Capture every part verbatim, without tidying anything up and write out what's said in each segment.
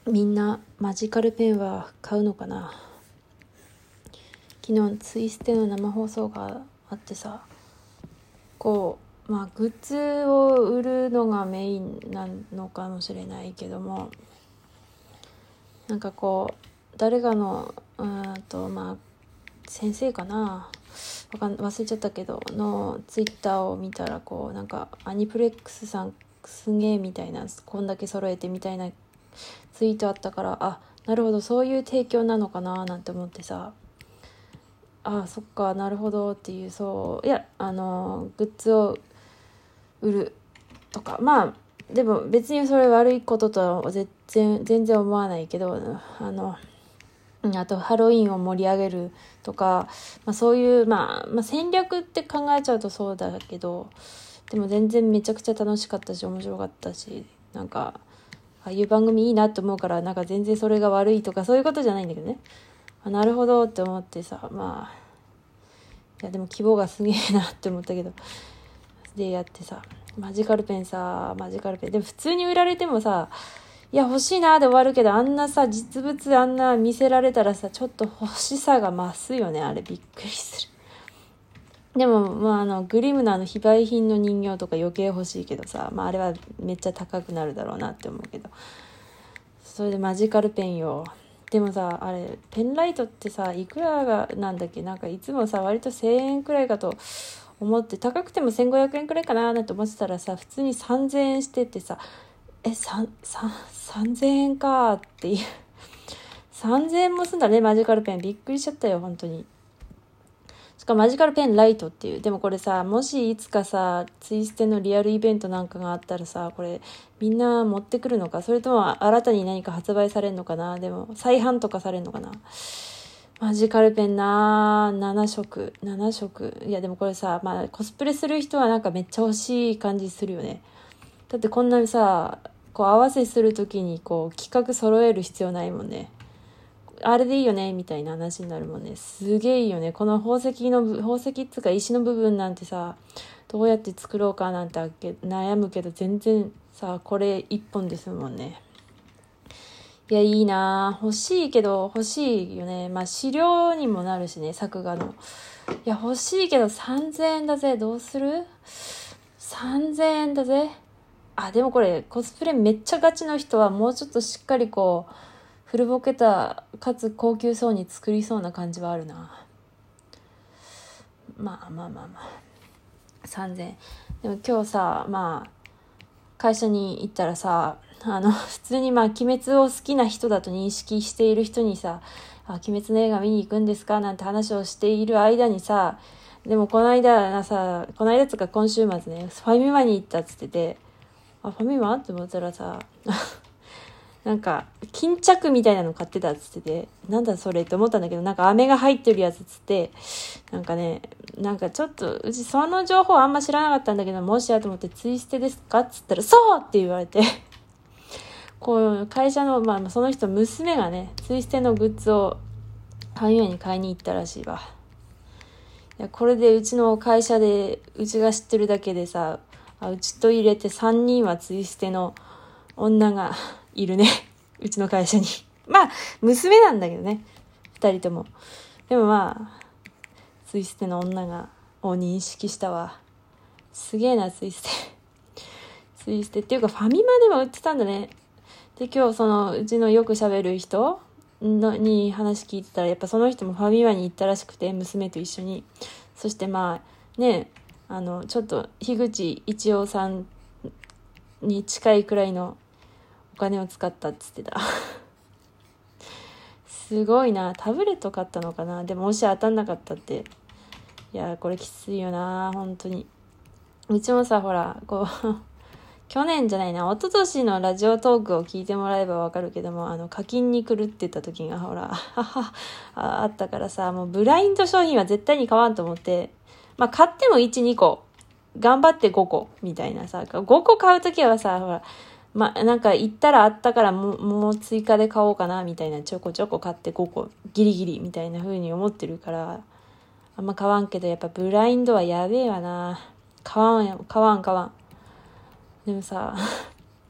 みんなマジカルペンは買うのかな。昨日ツイステの生放送があってさ、こうまあグッズを売るのがメインなのかもしれないけども、なんかこう誰かのうんとまあ先生かな、わかん忘れちゃったけどのツイッターを見たら、こうなんかアニプレックスさんすげえみたいな、こんだけ揃えてみたいなツイートあったから、あ、なるほどそういう提供なのかななんて思ってさ、あ、そっかなるほどっていう、そういやあのグッズを売るとか、まあでも別にそれ悪いこととは全然全然思わないけど、あのあとハロウィンを盛り上げるとか、まあ、そういう、まあ、まあ戦略って考えちゃうとそうだけど、でも全然めちゃくちゃ楽しかったし面白かったし、なんかああいう番組いいなって思うから、なんか全然それが悪いとかそういうことじゃないんだけどね。あ、なるほどって思ってさ、まあいやでも希望がすげえなって思ったけど、でやってさ、マジカルペンさマジカルペンでも普通に売られてもさ、いや欲しいなで終わるけど、あんなさ実物あんな見せられたらさ、ちょっと欲しさが増すよね。あれびっくりする。でもまああのグリムのあの非売品の人形とか余計欲しいけどさ、まああれはめっちゃ高くなるだろうなって思うけど、それでマジカルペンよ。でもさ、あれペンライトってさいくらがなんだっけ、なんかいつもさ割とせんえんくらいかと思って、高くてもせんごひゃくえんくらいかななんて思ってたらさ、普通にさんぜんえんしててさ、えさんさんぜんえんかっていう、さんぜんえんもすんだねマジカルペン。びっくりしちゃったよ本当に。しかもマジカルペンライトっていう。でもこれさ、もしいつかさツイステのリアルイベントなんかがあったらさ、これみんな持ってくるのか、それとも新たに何か発売されるのかな。でも再販とかされるのかな。マジカルペンななな色なな色。いやでもこれさ、まあコスプレする人はなんかめっちゃ欲しい感じするよね。だってこんなにさ、こう合わせするときにこう企画揃える必要ないもんね。あれでいいよねみたいな話になるもんね。すげえいいよね。この宝石の宝石っつうか石の部分なんてさ、どうやって作ろうかなんて悩むけど、全然さこれ一本ですもんね。いやいいな、欲しいけど欲しいよね。まあ資料にもなるしね、作画の。いや欲しいけどさんぜんえんだぜ。どうする？ さんぜん 円だぜ。あ、でもこれコスプレめっちゃガチの人はもうちょっとしっかりこう古ぼけたかつ高級そうに作りそうな感じはあるな。まあまあまあまあさんぜんえんでも今日さ、まあ会社に行ったらさ、あの普通にまあ鬼滅を好きな人だと認識している人にさ、あ、鬼滅の映画見に行くんですかなんて話をしている間にさ、でもこの間なさこの間つか今週末ね、ファミマに行ったっつってて、あ、ファミマって思ったらさなんか巾着みたいなの買ってたっつってて、なんだそれって思ったんだけど、なんか飴が入ってるやつっつって、なんかね、なんかちょっとうちその情報あんま知らなかったんだけど、もしやと思って、ツイステですかっつったら、そうって言われてこう会社の、まあその人娘がねツイステのグッズをファミマに買いに行ったらしいわ。いやこれでうちの会社でうちが知ってるだけでさ、あ、うちと入れてさんにんはツイステの女がいるねうちの会社に。まあ娘なんだけどね、ふたりとも。でもまあツイステの女がを認識したわ。すげえなツイステツイステっていうかファミマでも売ってたんだね。で今日そのうちのよく喋る人のに話聞いてたら、やっぱその人もファミマに行ったらしくて、娘と一緒に。そしてまあね、あのちょっと樋口一葉さんに近いくらいのお金を使ったっつってたすごいな。タブレット買ったのかな。でももし当たんなかったって、いやこれきついよな本当に。うちもさほらこう去年じゃないな、一昨年のラジオトークを聞いてもらえばわかるけども、あの課金に来るって言った時がほらああったからさ、もうブラインド商品は絶対に買わんと思って、まあ買ってもいち、にこ、頑張ってごこみたいなさ、ごこ買う時はさ、ほらまあなんか行ったらあったからもう、もう追加で買おうかなみたいな、ちょこちょこ買ってごこギリギリみたいな風に思ってるから、あんま買わんけど、やっぱブラインドはやべえわな。買わんや買わん買わん。でもさ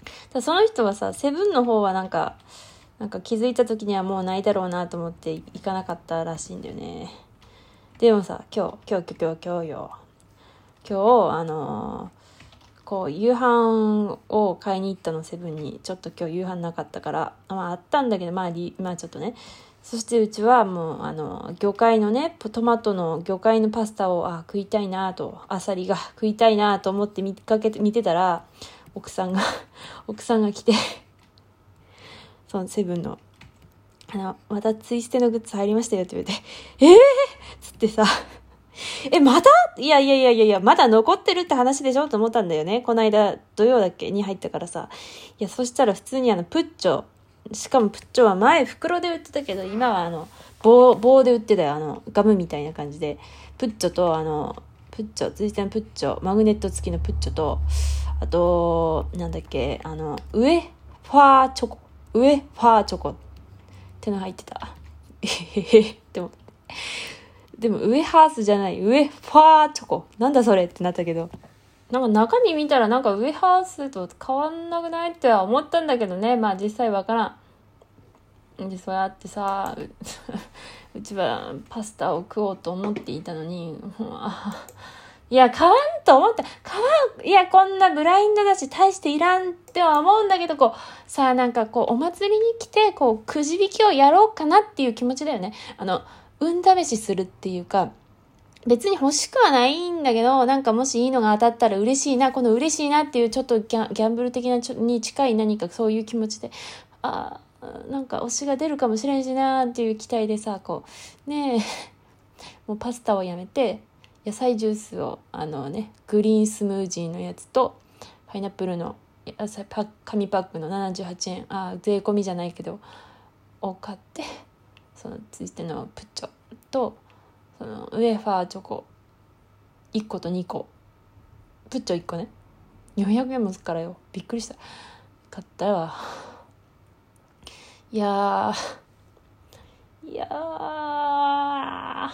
だその人はさ、セブンの方はなんかなんか気づいた時にはもうないだろうなと思って行かなかったらしいんだよね。でもさ、今日今日今日今日よ今日あのー、こう夕飯を買いに行ったの、セブンに。ちょっと今日夕飯なかったから、まああったんだけど、まあまあちょっとね。そしてうちはもうあの魚介のね、トマトの魚介のパスタをあ食いたいなと、アサリが食いたいなと思って見かけて見てたら、奥さんが奥さんが来てそのセブンのあのまたツイステのグッズ入りましたよって言われて、えーっつってさ、えまたいやいやいやいやいやまだ残ってるって話でしょと思ったんだよね。この間土曜だっけに入ったからさ、いやそしたら普通にあのプッチョ、しかもプッチョは前袋で売ってたけど、今はあの棒棒で売ってたよ。あのガムみたいな感じで、プッチョとあのプッチョツイステのプッチョマグネット付きのプッチョと、あとなんだっけあの上ファーチョコ上ファーチョコっての入ってた。えへへって思って、でもウエハースじゃないウエファーチョコなんだそれってなったけど、なんか中身見たらなんかウエハースと変わんなくないっては思ったんだけどね。まあ実際わからんで、そうやってさうちはパスタを食おうと思っていたのに、いや買わんと思った、買わん、いやこんなブラインドだし大していらんっては思うんだけど、こうさあなんかこうお祭りに来てこうくじ引きをやろうかなっていう気持ちだよね。あの運試しするっていうか、別に欲しくはないんだけど、なんかもしいいのが当たったら嬉しいな、この嬉しいなっていうちょっとギャギャンブル的なちょに近い何かそういう気持ちで、あなんか推しが出るかもしれんしなっていう期待でさ、こうねえもうパスタをやめて野菜ジュースをあのねグリーンスムージーのやつとパイナップルの野菜パ紙パックのななじゅうはちえん、あ税込みじゃないけどを買って、そのついてのプッチョとそのウェファーチョコいっことにこ、プッチョいっこねよんひゃくえんもすっからよ、びっくりした。買ったわ。いやーいやー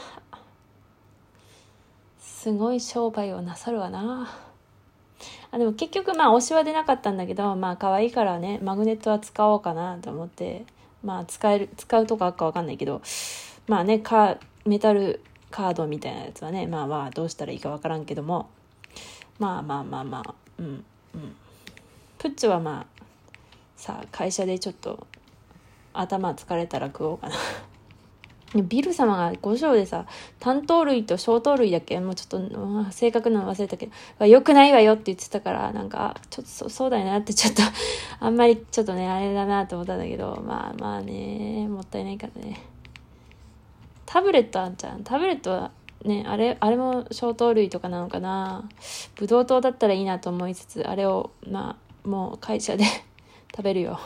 すごい商売をなさるわなあ。でも結局まあ推しは出なかったんだけど、まあ可愛いからねマグネットは使おうかなと思って、まあ使える使うとこあるか分かんないけど、まあねカメタルカードみたいなやつはね、まあまあどうしたらいいか分からんけども、まあまあまあまあうんうんプッチョはまあさあ会社でちょっと頭疲れたら食おうかなビル様がご章でさ、単糖類と小糖類だっけ、もうちょっと、うん、正確なの忘れたけど、よくないわよって言ってたから、なんかちょっと そ, そうだよなってちょっとあんまりちょっとねあれだなと思ったんだけど、まあまあねもったいないからね。タブレットあんじゃん、タブレットはね、あれあれも小糖類とかなのかな。ブドウ糖だったらいいなと思いつつ、あれをまあもう会社で食べるよ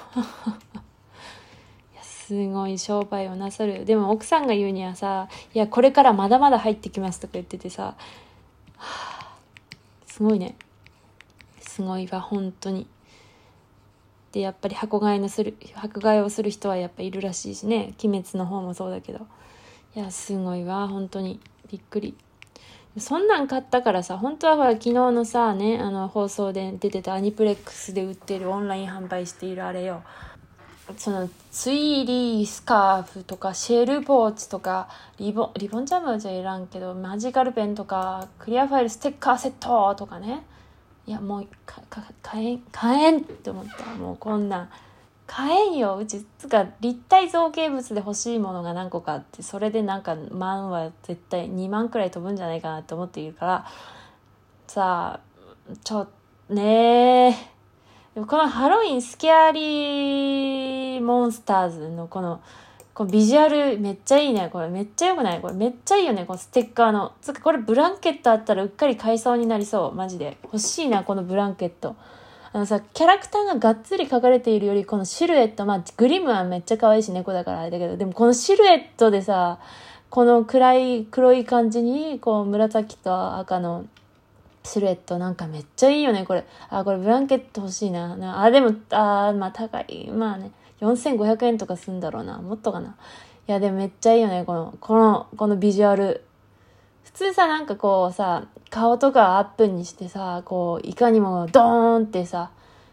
すごい商売をなさる。でも奥さんが言うにはさ、いやこれからまだまだ入ってきますとか言っててさ、はあ、すごいね、すごいわ本当に。でやっぱり箱買いのする箱買いをする人はやっぱいるらしいしね、鬼滅の方もそうだけど、いやすごいわ本当にびっくり。そんなん買ったからさ、本当はほら昨日のさねあの放送で出てたアニプレックスで売ってるオンライン販売しているあれよ、そのツイリースカーフとかシェルポーチとかリボンリボンジャムじゃいらんけどマジカルペンとかクリアファイルステッカーセットとかね、いやもうかか買えん買えんって思った。もうこんなん買えんよ。うちつか立体造形物で欲しいものが何個かあって、それでなんか万は絶対にまんくらい飛ぶんじゃないかなって思っているからさあ、ちょっとねーでもこのハロウィンスケアリーモンスターズのこのこのビジュアルめっちゃいいね。これめっちゃ良くない？これめっちゃいいよね。このステッカーのつかこれブランケットあったらうっかり買いそうになりそう。マジで欲しいなこのブランケット。あのさキャラクターががっつり描かれているよりこのシルエット、まあグリムはめっちゃ可愛いし猫だからあれだけど、でもこのシルエットでさこの暗い黒い感じにこう紫と赤のシルエットなんかめっちゃいいよねこれ。あこれブランケット欲しいな。なあでもあまあ高い、まあねよんせんごひゃくえんとかするんだろうな、もっとかな。いやでもめっちゃいいよねこのこのこのビジュアル。普通さなんかこうさ顔とかアップにしてさこういかにもドーンってさ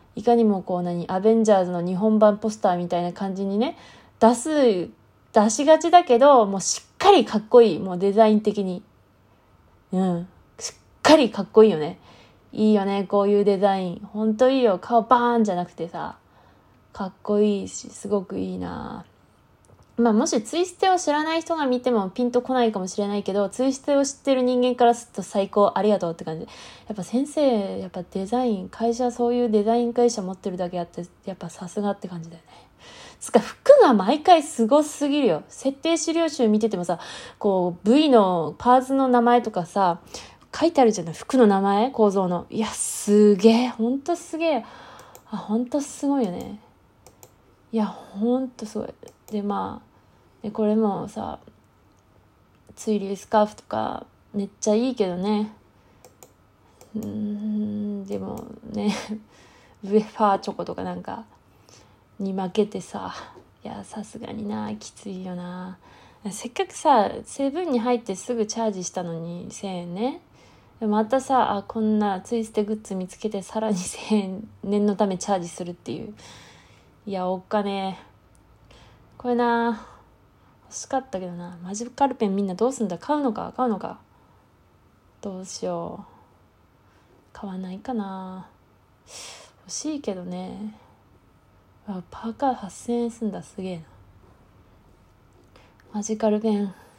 いかにもこう何アベンジャーズの日本版ポスターみたいな感じにね出す出しがちだけど、もうしっかりかっこいい。もうデザイン的にうんしっかりかっこいいよね。いいよねこういうデザイン。ほんといいよ。顔バーンじゃなくてさ、かっこいいしすごくいいな。まあもしツイステを知らない人が見てもピンとこないかもしれないけど、ツイステを知ってる人間からすると最高、ありがとうって感じ。やっぱ先生やっぱデザイン会社、そういうデザイン会社持ってるだけあって、やっぱさすがって感じだよね。つか服が毎回すごすぎるよ。設定資料集見ててもさ、こう部位のパーツの名前とかさ書いてあるじゃない、服の名前構造の。いやすげえ、ほんとすげえ。あ、ほんとすごいよね。いやほんとすごい。でまあでこれもさ、ツイリースカーフとかめっちゃいいけどね。うーんでもねウェファーチョコとかなんかに負けてさ、いやさすがになきついよな。せっかくさセブンに入ってすぐチャージしたのにせんえんね。でまたさあこんなツイステグッズ見つけてさらにせんえん念のためチャージするっていう。いやおっかねえこれな。欲しかったけどな。マジカルペンみんなどうすんだ。買うのか買うのかどうしよう。買わないかな。欲しいけどね。あパーカーはっせんえんすんだ。すげえな。マジカルペン